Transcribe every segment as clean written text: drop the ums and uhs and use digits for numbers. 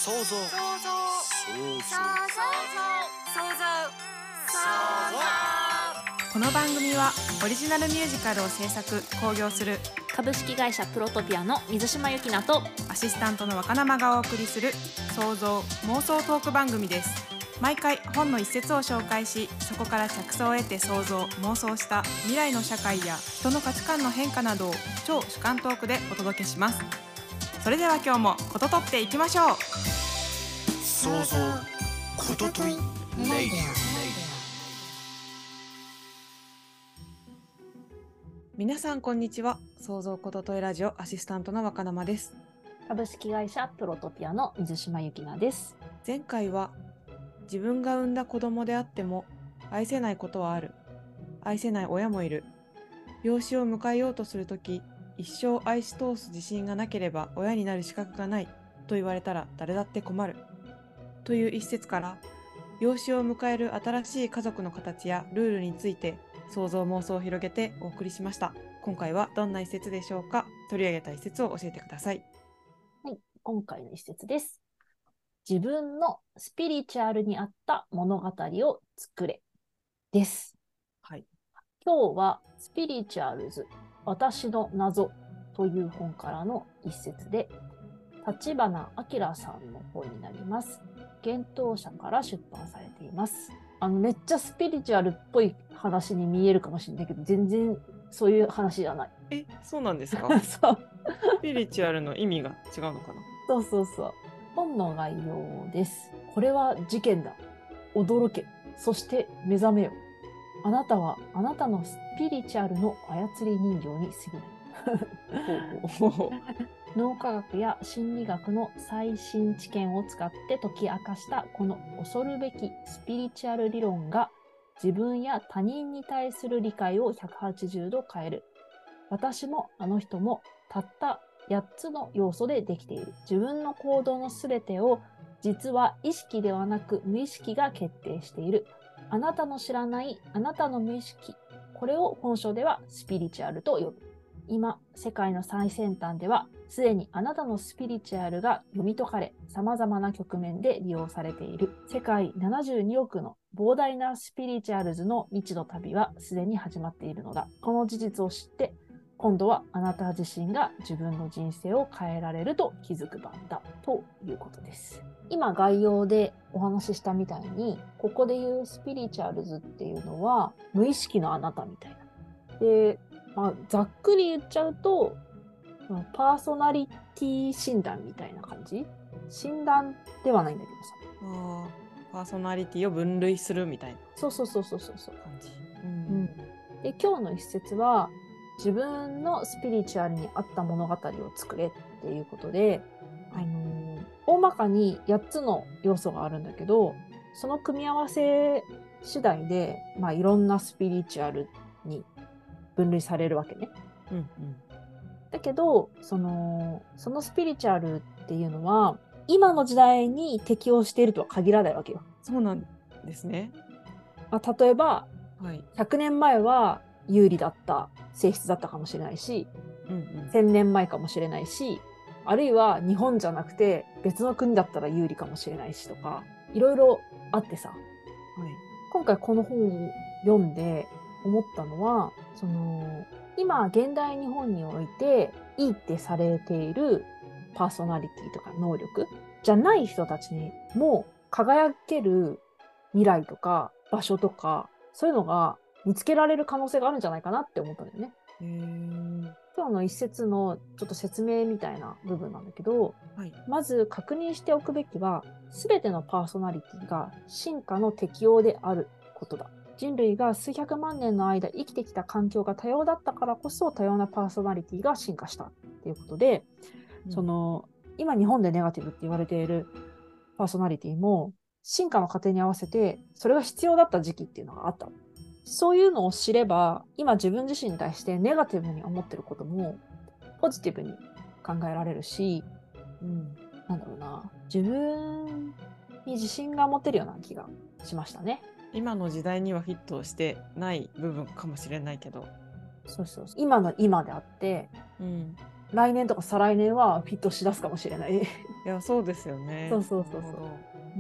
想像想像この番組はオリジナルミュージカルを制作・興行する株式会社プロトピアの水島由紀奈とアシスタントの若生がお送りする想像妄想トーク番組です。毎回本の一節を紹介し、そこから着想を得て想像妄想した未来の社会や人の価値観の変化などを超主観トークでお届けします。それでは今日もこととっていきましょう。 想像ことといレディ皆さんこんにちは。想像ことといラジオアシスタントの若生です。 株式会社プロトピアの水島由紀奈です。 前回は自分が産んだ子供であっても愛せないことはある、愛せない親もいる、養子を迎えようとするとき一生愛し通す自信がなければ親になる資格がないと言われたら誰だって困るという一節から、養子を迎える新しい家族の形やルールについて想像妄想を広げてお送りしました。今回はどんな一節でしょうか。取り上げた一節を教えてください。 はい、今回の一節です。自分のスピリチュアルに合った物語を作れです。 はい。 今日はスピリチュアルズ私の謎という本からの一節で、立花明さんの本になります。幻冬舎から出版されています。めっちゃスピリチュアルっぽい話に見えるかもしれないけど、全然そういう話じゃない。 そうなんですかそう。 スピリチュアルの意味が違うのかな。 そうそうそう。本の概要です。これは事件だ。驚け。そして目覚めよ。あなたはあなたのスピリチュアルの操り人形に過ぎない。脳科学や心理学の最新知見を使って解き明かしたこの恐るべきスピリチュアル理論が自分や他人に対する理解を180度変える。私もあの人もたった8つの要素でできている。自分の行動のすべてを実は意識ではなく無意識が決定している。あなたの知らないあなたの無意識。これを本書ではスピリチュアルと呼ぶ。今、世界の最先端ではすでにあなたのスピリチュアルが読み解かれ、様々な局面で利用されている。世界72億の膨大なスピリチュアルズの未知の旅はすでに始まっているのだ。この事実を知って、今度はあなた自身が自分の人生を変えられると気づく番だということです。今概要でお話ししたみたいに、ここで言うスピリチュアルズっていうのは無意識のあなたみたいな。で、ざっくり言っちゃうと、パーソナリティ診断みたいな感じ？診断ではないんだけどさ。 パーソナリティを分類するみたいな。 そう感じ。 で、今日の一節は、自分のスピリチュアルに合った物語を作れっていうことで、大まかに8つの要素があるんだけど、その組み合わせ次第で、いろんなスピリチュアルに分類されるわけね。だけど、そのスピリチュアルっていうのは、今の時代に適応しているとは限らないわけよ。 そうなんですね。 例えば、100年前は有利だった性質だったかもしれないし、1000年前かもしれないし、あるいは日本じゃなくて別の国だったら有利かもしれないしとか、いろいろあってさ、今回この本を読んで思ったのは、今現代日本においていいってされているパーソナリティとか能力じゃない人たちにも輝ける未来とか場所とか、そういうのが見つけられる可能性があるんじゃないかなって思ったんだよね。今日の一節のちょっと説明みたいな部分なんだけど、まず確認しておくべきは、すべてのパーソナリティが進化の適応であることだ。人類が数百万年の間生きてきた環境が多様だったからこそ多様なパーソナリティが進化したっていうことで、今日本でネガティブって言われているパーソナリティも進化の過程に合わせてそれが必要だった時期っていうのがあった。そういうのを知れば、今自分自身に対してネガティブに思ってることもポジティブに考えられるし、自分に自信が持てるような気がしましたね。 今の時代にはフィットしてない部分かもしれないけど、 今の今であって、 来年とか再来年はフィットしだすかもしれない。 いや、そうですよね。 そうそうそうそうなるほど。 うん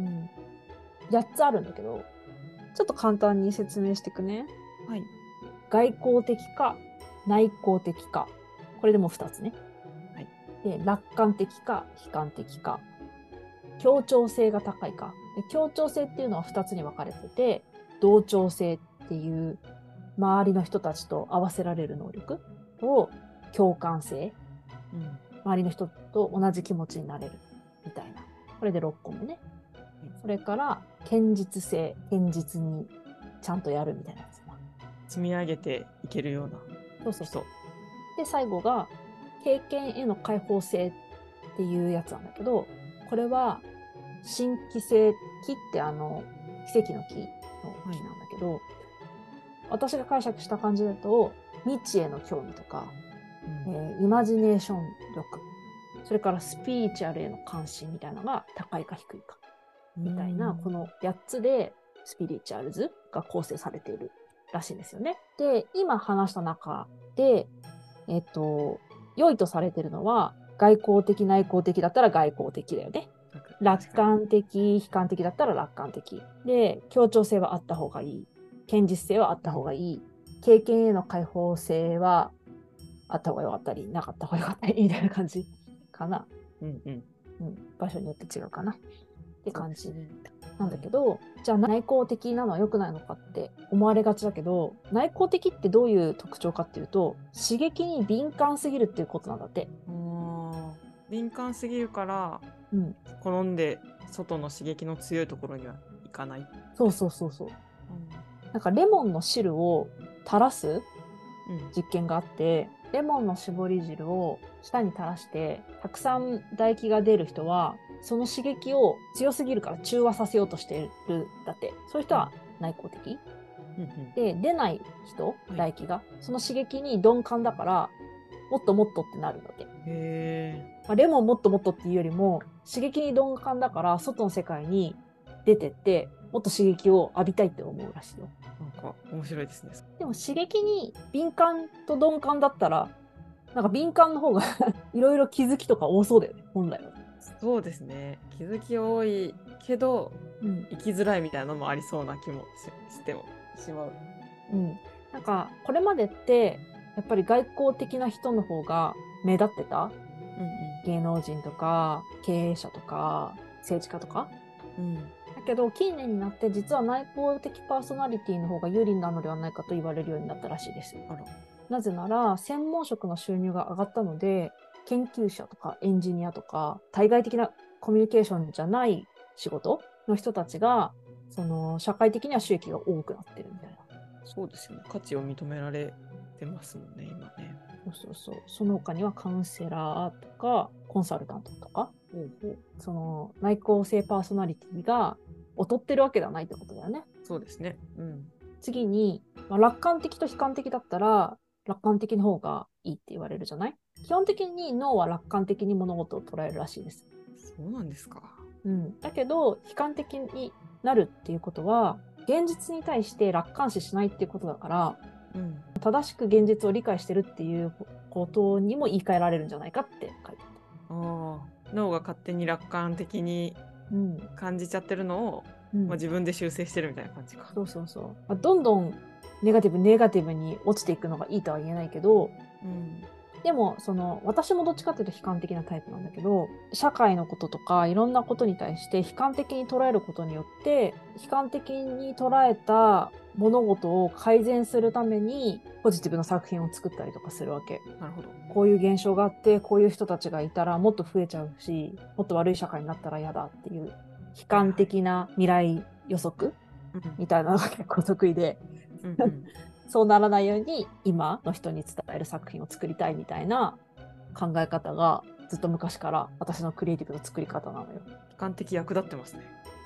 、8つあるんだけど、ちょっと簡単に説明していくね。 はい。 外交的か内向的か。これでも2つね。 はい。 で、楽観的か悲観的か。協調性が高いか。で、協調性っていうのは2つに分かれてて、同調性っていう周りの人たちと合わせられる能力と、共感性。 うん。 周りの人と同じ気持ちになれるみたいな。これで6個目ね。それから、堅実性。堅実にちゃんとやるみたいなやつ。 積み上げていけるようなそうそうそう。 人。 で、最後が、経験への開放性っていうやつなんだけど、これは、新規性、木って奇跡の木の木なんだけど、私が解釈した感じだと、未知への興味とか、イマジネーション力、それからスピリチュアルへの関心みたいなのが高いか低いか、みたいな、この8つでスピリチュアルズが構成されているらしいんですよね。で、今話した中で、良いとされているのは、外交的、内向的だったら外交的だよね。楽観的、悲観的だったら楽観的。で、協調性はあった方がいい。堅実性はあった方がいい。経験への開放性はあった方がよかったり、なかった方がよかったり、みたいな感じかな。 うんうん。 うん、場所によって違うかな。って感じね、 なんだけど、じゃあ内向的なのは良くないのかって思われがちだけど、内向的ってどういう特徴かっていうと、刺激に敏感すぎるっていうことなんだって。 敏感すぎるから、 うん、 好んで外の刺激の強いところにはいかない。 そうそうそうそう。なんかレモンの汁を垂らす実験があって、レモンの搾り汁を舌に垂らして、たくさん唾液が出る人は、その刺激を強すぎるから中和させようとしてるんだって。そういう人は内向的。で、出ない人、唾液が、その刺激に鈍感だから、もっともっとってなるので。レモンもっともっとっていうよりも、刺激に鈍感だから、外の世界に出てって、もっと刺激を浴びたいって思うらしいよ。 なんか面白いですね。 でも刺激に敏感と鈍感だったら、なんか敏感の方がいろいろ気づきとか多そうだよね、本来は。 そうですね。気づき多いけど、生きづらいみたいなのもありそうな気もしてもしまう。 なんかこれまでってやっぱり外交的な人の方が目立ってた、芸能人とか経営者とか政治家とか、だけど近年になって実は内向的パーソナリティの方が有利なのではないかと言われるようになったらしいですよ。なぜなら専門職の収入が上がったので、研究者とかエンジニアとか対外的なコミュニケーションじゃない仕事の人たちがその社会的には収益が多くなってるみたいな。 そうですよね。価値を認められてますもんね、今ね。 その他にはカウンセラーとかコンサルタントとか、その内向性パーソナリティが劣ってるわけではないってことだよね。 そうですね。 次に、楽観的と悲観的だったら楽観的の方がいいって言われるじゃない？基本的に脳は楽観的に物事を捉えるらしいです。 そうなんですか。 だけど悲観的になるっていうことは現実に対して楽観視しないっていうことだから、正しく現実を理解してるっていうことにも言い換えられるんじゃないかって書いてあった。脳が勝手に楽観的に感じちゃってるのを、自分で修正してるみたいな感じか。 そう。どんどんネガティブに落ちていくのがいいとは言えないけど、でも私もどっちかというと悲観的なタイプなんだけど、社会のこととかいろんなことに対して悲観的に捉えることによって悲観的に捉えた物事を改善するためにポジティブな作品を作ったりとかするわけ。 なるほど。 こういう現象があってこういう人たちがいたらもっと増えちゃうし、もっと悪い社会になったら嫌だっていう悲観的な未来予測みたいなのが結構得意でそうならないように今の人に伝える作品を作りたいみたいな考え方がずっと昔から私のクリエイティブの作り方なのよ。 悲観的役立ってますね。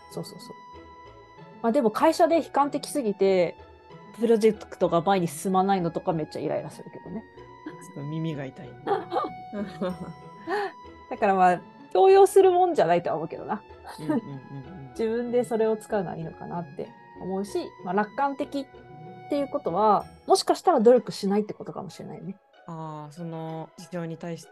そう。でも会社で悲観的すぎてプロジェクトが前に進まないのとかめっちゃイライラするけどね。 ちょっと耳が痛い。 だから強要するもんじゃないとは思うけどな。自分でそれを使うのはいいのかなって思うし、楽観的っていうことはもしかしたら努力しないってことかもしれないね。 その事情に対して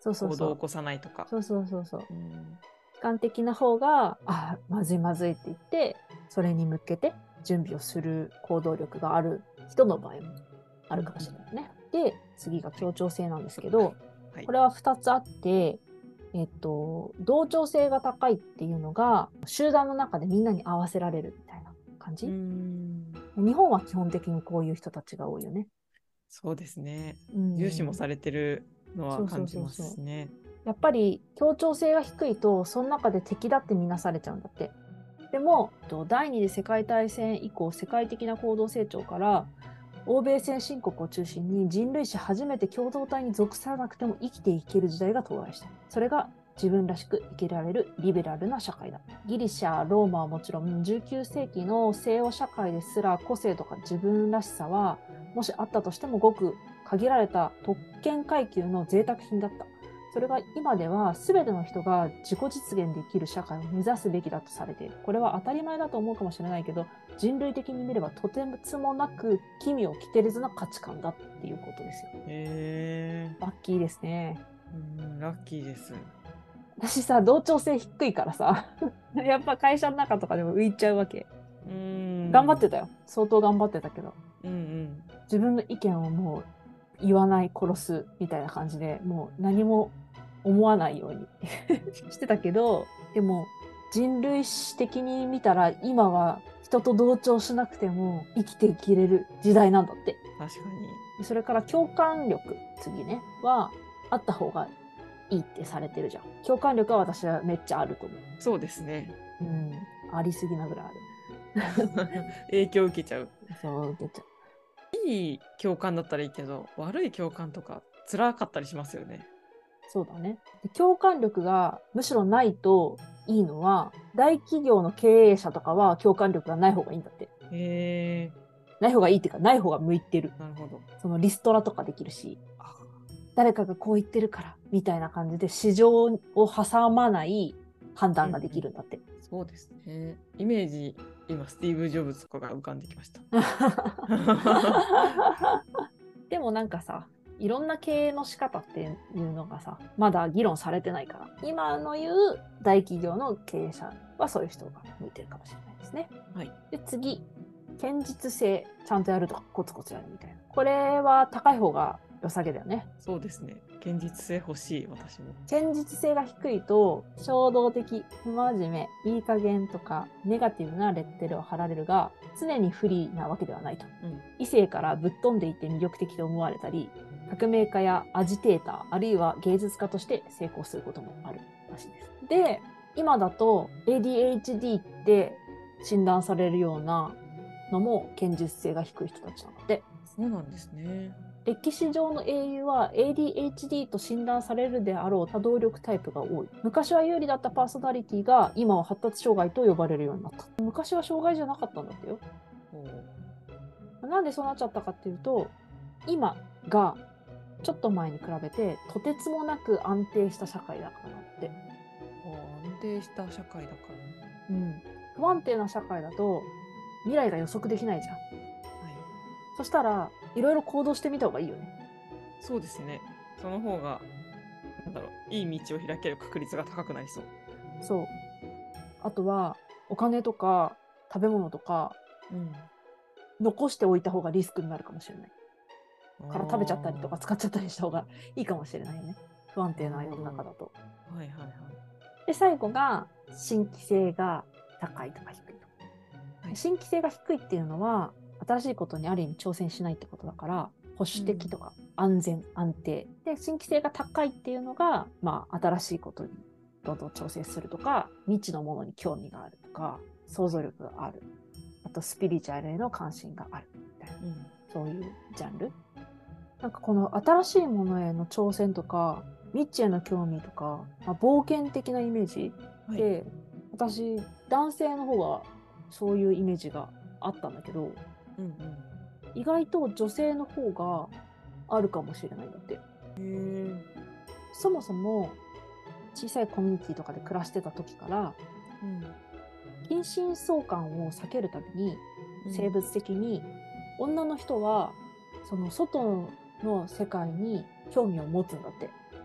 そうそうそう。 行動を起こさないとか。 そうそうそうそう。 うん悲観的な方が、あ、まずいまずいって言って、それに向けて準備をする行動力がある人の場合もあるかもしれないね。で、次が協調性なんですけど、 はいこれは2つあって、同調性が高いっていうのが、集団の中でみんなに合わせられるみたいな感じ。日本は基本的にこういう人たちが多いよね。 そうですね。 うん重視もされてるのは感じまそうそうそうすね。 やっぱり協調性が低いと、その中で敵だって見なされちゃうんだって。でも、第二次世界大戦以降、世界的な高度成長から、欧米先進国を中心に人類史初めて共同体に属さなくても生きていける時代が到来した。それが自分らしく生きられるリベラルな社会だ。ギリシャ、ローマはもちろん19世紀の西欧社会ですら個性とか自分らしさはもしあったとしてもごく限られた特権階級の贅沢品だった。それが今では全ての人が自己実現できる社会を目指すべきだとされている。これは当たり前だと思うかもしれないけど、人類的に見ればとてつもなく奇妙奇てれずな価値観だっていうことですよ。ラッキーですね。 ラッキーです。 私さ、同調性低いからさ、やっぱ会社の中とかでも浮いちゃうわけ。頑張ってたよ。相当頑張ってたけど。自分の意見をもう言わない、殺すみたいな感じで、もう何も思わないようにしてたけど、でも人類史的に見たら今は人と同調しなくても生きていけれる時代なんだって。 確かに。 それから共感力、次ね、はあった方がいいってされてるじゃん。共感力は私はめっちゃあると思う。 そうですね。 ありすぎなぐらいある。 影響受けちゃう。 そう、受けちゃう。 いい共感だったらいいけど、悪い共感とか辛かったりしますよね。 そうだね。共感力がむしろないといいのは、大企業の経営者とかは共感力がない方がいいんだって。ない方がいいっていうか、ない方が向いてる。 なるほど。 そのリストラとかできるし、誰かがこう言ってるからみたいな感じで市場を挟まない判断ができるんだって。 そうですね。イメージ、今スティーブ・ジョブズとかが浮かんできました。 でもなんかさ、いろんな経営の仕方っていうのがさ、まだ議論されてないから、今の言う大企業の経営者はそういう人が向いてるかもしれないですね。 はい。 で、次、堅実性、ちゃんとやるとか、コツコツやるみたいな。これは高い方が良さげだよね。 そうですね。堅実性欲しい、私も。 堅実性が低いと、衝動的、不真面目、いい加減とか、ネガティブなレッテルを貼られるが、常に不利なわけではないと。異性からぶっ飛んでいて魅力的と思われたり、革命家やアジテーター、あるいは芸術家として成功することもあるらしいです。で、今だと ADHD って診断されるようなのも堅実性が低い人たちなので。 そうなんですね。 歴史上の英雄は ADHD と診断されるであろう多動力タイプが多い。昔は有利だったパーソナリティが今は発達障害と呼ばれるようになった。昔は障害じゃなかったんだってよ。なんでそうなっちゃったかっていうと、今がちょっと前に比べてとてつもなく安定した社会だからって。 安定した社会だから。 不安定な社会だと未来が予測できないじゃん。そしたらいろいろ行動してみた方がいいよね。 そうですね。その方がいい道を開ける確率が高くなりそう。 そう。あとはお金とか食べ物とか、残しておいた方がリスクになるかもしれない。から食べちゃったりとか使っちゃったりした方がいいかもしれないよね。不安定な世の中だと。で、最後が新規性が高いとか低いと。新規性が低いっていうのは新しいことにある意味挑戦しないってことだから、保守的とか安全、安定。で、新規性が高いっていうのが、新しいことにどんどん挑戦するとか、未知のものに興味があるとか、想像力がある。あとスピリチュアルへの関心があるみたいな、そういうジャンル。なんかこの新しいものへの挑戦とか未知への興味とか、冒険的なイメージで、私男性の方がそういうイメージがあったんだけど、意外と女性の方があるかもしれないんだって。そもそも小さいコミュニティとかで暮らしてた時から、近親相関を避けるために生物的に女の人はその外の世界に興味を持つんだって。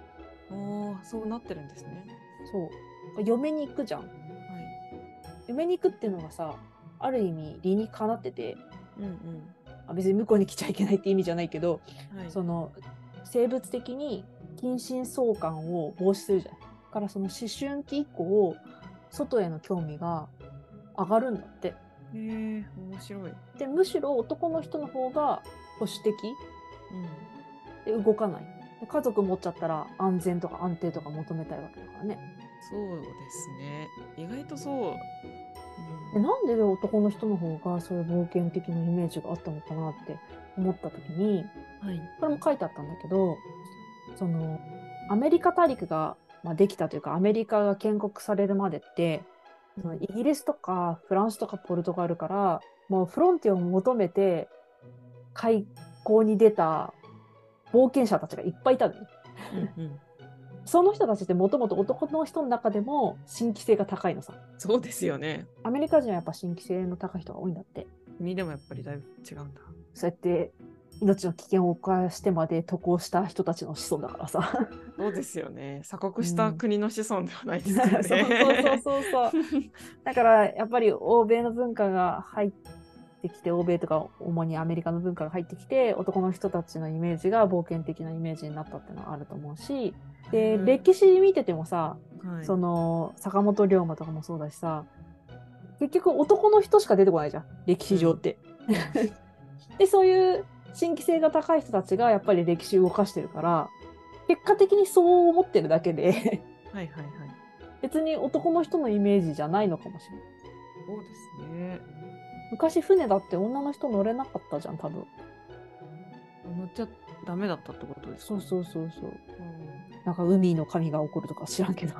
おー、そうなってるんですね。 そう嫁に行くじゃん。 はい。 嫁に行くっていうのがさ、ある意味理にかなってて、 うん別に向こうに来ちゃいけないって意味じゃないけど、 うん。はい。 その生物的に近親相関を防止するじゃん。だからその思春期以降、外への興味が上がるんだって。 面白い。 で、むしろ男の人の方が保守的うん。 で動かない。で家族持っちゃったら安全とか安定とか求めたいわけだからね。 そうですね。意外とそう。 でなんで男の人の方がそういう冒険的なイメージがあったのかなって思った時に、 はい。 これも書いてあったんだけど、そのアメリカ大陸が、できたというかアメリカが建国されるまでってそのイギリスとかフランスとかポルトガルからもうフロンティアを求めて開港に出た冒険者たちがいっぱいいたのよ。 うんうん。 その人たちってもともと男の人の中でも新規性が高いのさ。 そうですよね。 アメリカ人はやっぱ新規性の高い人が多いんだって。 国でもやっぱりだいぶ違うんだ。 そうやって命の危険を冒してまで渡航した人たちの子孫だからさ。 そうですよね。鎖国した国の子孫ではないですからそうそうね。 そうそう。だからやっぱり欧米の文化が入ってきて、欧米とか主にアメリカの文化が入ってきて、男の人たちのイメージが冒険的なイメージになったっていうのはあると思うし、で、歴史見ててもさ、 はい、 その坂本龍馬とかもそうだしさ、結局男の人しか出てこないじゃん、歴史上って。で、そういう新規性が高い人たちがやっぱり歴史を動かしてるから、結果的にそう思ってるだけではいはいはい。 別に男の人のイメージじゃないのかもしれない。 そうですね。 昔船だって女の人乗れなかったじゃん、多分。 乗っちゃダメだったってことですか？ そうそうそうそう。なんか海の神が起こるとか知らんけど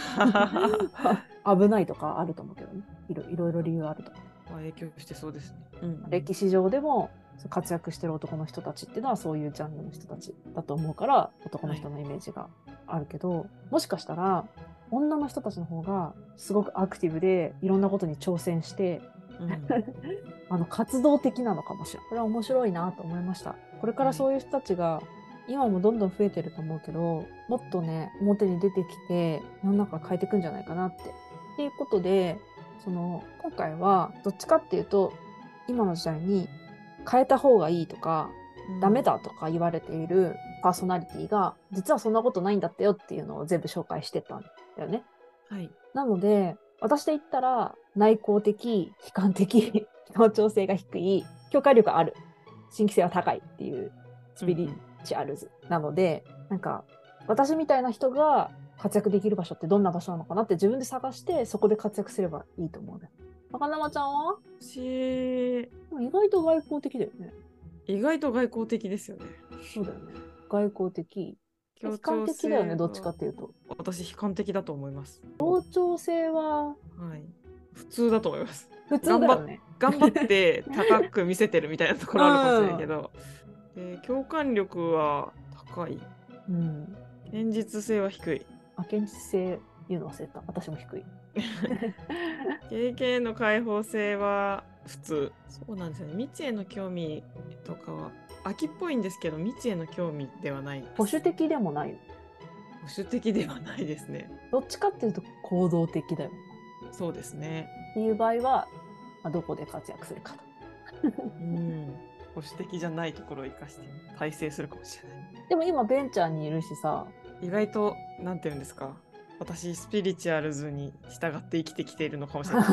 危ないとかあると思うけどね。いろいろ理由あると思う。 影響してそうですね。 歴史上でも活躍してる男の人たちっていうのはそういうジャンルの人たちだと思うから男の人のイメージがあるけど、もしかしたら女の人たちの方がすごくアクティブでいろんなことに挑戦して、活動的なのかもしれない。これは面白いなと思いました。これからそういう人たちが、今もどんどん増えてると思うけど、もっとね表に出てきて世の中変えていくんじゃないかなって。っていうことで、今回はどっちかっていうと今の時代に変えた方がいいとか、ダメだとか言われているパーソナリティが実はそんなことないんだったよっていうのを全部紹介してたんだよね。 はい。 なので私で言ったら内向的、悲観的、協調性が低い、共感力ある、新規性は高いっていうスピリチュアルズなので、なんか私みたいな人が活躍できる場所ってどんな場所なのかなって自分で探してそこで活躍すればいいと思うね。赤生ちゃんは？ 意外と外交的だよね。 意外と外交的ですよね。 そうだよね。外交的。悲観的だよね、どっちかっていうと。 私、悲観的だと思います。 協調性は、 はい、普通だと思います。 普通だよね。 頑張って高く見せてるみたいなところあるかもしれないけど、で共感力は高い。現実性は低い。 現実性言うの忘れた。私も低い。 経験の開放性は普通。そうなんですよね。未知への興味とかは秋っぽいんですけど、未知への興味ではない。 保守的でもない。 保守的ではないですね。 どっちかっていうと行動的だよ。 そうですね。 っていう場合は、どこで活躍するかと。 保守的じゃないところを生かして大成するかもしれない。 でも今ベンチャーにいるしさ。 意外となんていうんですか。私スピリチュアルズに従って生きてきているのかもしれない。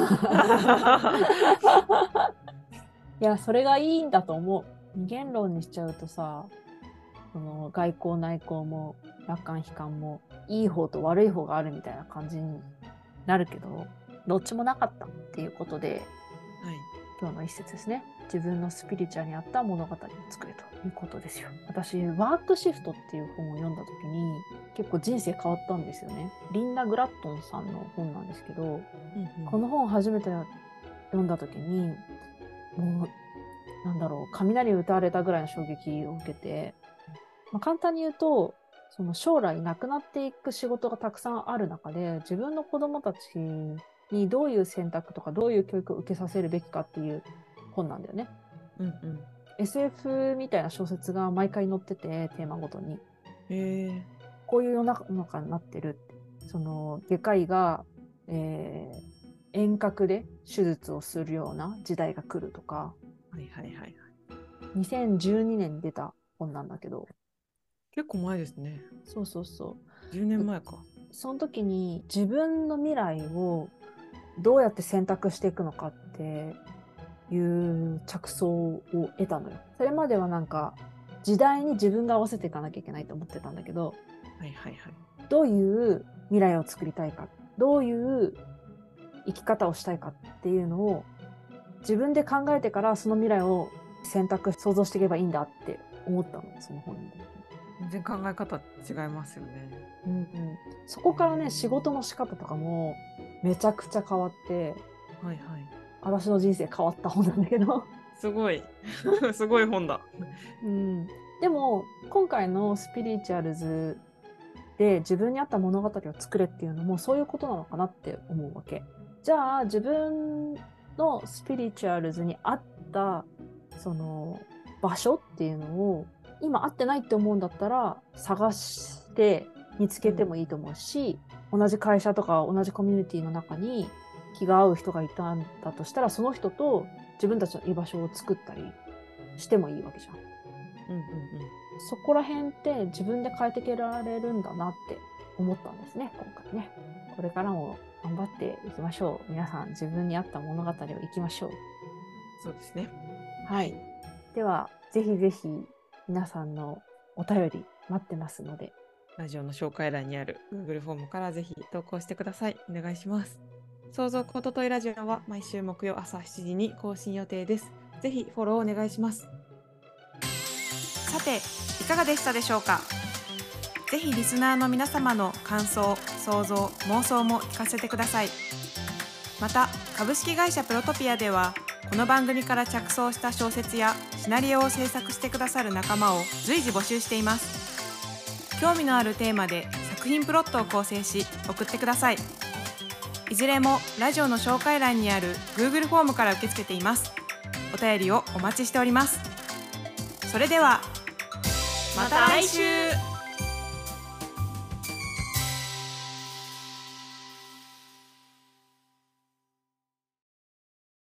いや、それがいいんだと思う。二元論にしちゃうとさ、外交内交も楽観悲観もいい方と悪い方があるみたいな感じになるけど、どっちもなかったっていうことで、 はい、 今日の一節ですね。自分のスピリチュアルに合った物語を作れということですよ。私、ワークシフトっていう本を読んだ時に結構人生変わったんですよね。リンダ・グラットンさんの本なんですけど、この本を初めて読んだ時にもう雷打たれたぐらいの衝撃を受けて、簡単に言うと将来なくなっていく仕事がたくさんある中で自分の子供たちにどういう選択とかどういう教育を受けさせるべきかっていう本なんだよね。SF みたいな小説が毎回載っててテーマごとに。 こういう世の中になってるって。その外科医が、遠隔で手術をするような時代が来るとか、 はいはいはいはい。 2012年に出た本なんだけど、 結構前ですね。 そうそうそ 10年前か。 う。その時に自分の未来をどうやって選択していくのかっていう着想を得たのよ。それまではなんか時代に自分が合わせていかなきゃいけないと思ってたんだけど、 はいはいはい。 どういう未来を作りたいか、どういう生き方をしたいかっていうのを自分で考えてからその未来を選択、想像していけばいいんだって思ったの、その本で。 全然考え方違いますよね。 うんうん、そこからね、仕事の仕方とかもめちゃくちゃ変わって、 はいはい。 私の人生変わった本なんだけど、 すごい。すごい本だ。 うん、でも今回のスピリチュアルズで自分に合った物語を作れっていうのもそういうことなのかなって思うわけ。じゃあ自分のスピリチュアルズに合ったその場所っていうのを今合ってないって思うんだったら探して見つけてもいいと思うし、同じ会社とか同じコミュニティの中に気が合う人がいたんだとしたらその人と自分たちの居場所を作ったりしてもいいわけじゃん。 うんうんそこら辺って自分で変えていけられるんだなって思ったんですね、今回ね。これからも頑張っていきましょう。皆さん自分に合った物語を生きましょう。 そうですね。 はい。では、ぜひぜひ皆さんのお便り待ってますので。 ラジオの紹介欄にある Google フォームからぜひ投稿してください。お願いします。想像ことといラジオは毎週木曜朝7時に更新予定です。ぜひフォローお願いします。さて、いかがでしたでしょうか。ぜひリスナーの皆様の感想、想像、妄想も聞かせてください。また、株式会社プロトピアでは、この番組から着想した小説やシナリオを制作してくださる仲間を随時募集しています。興味のあるテーマで作品プロットを構成し送ってください。いずれもラジオの紹介欄にある Google フォームから受け付けています。お便りをお待ちしております。それではまた来週。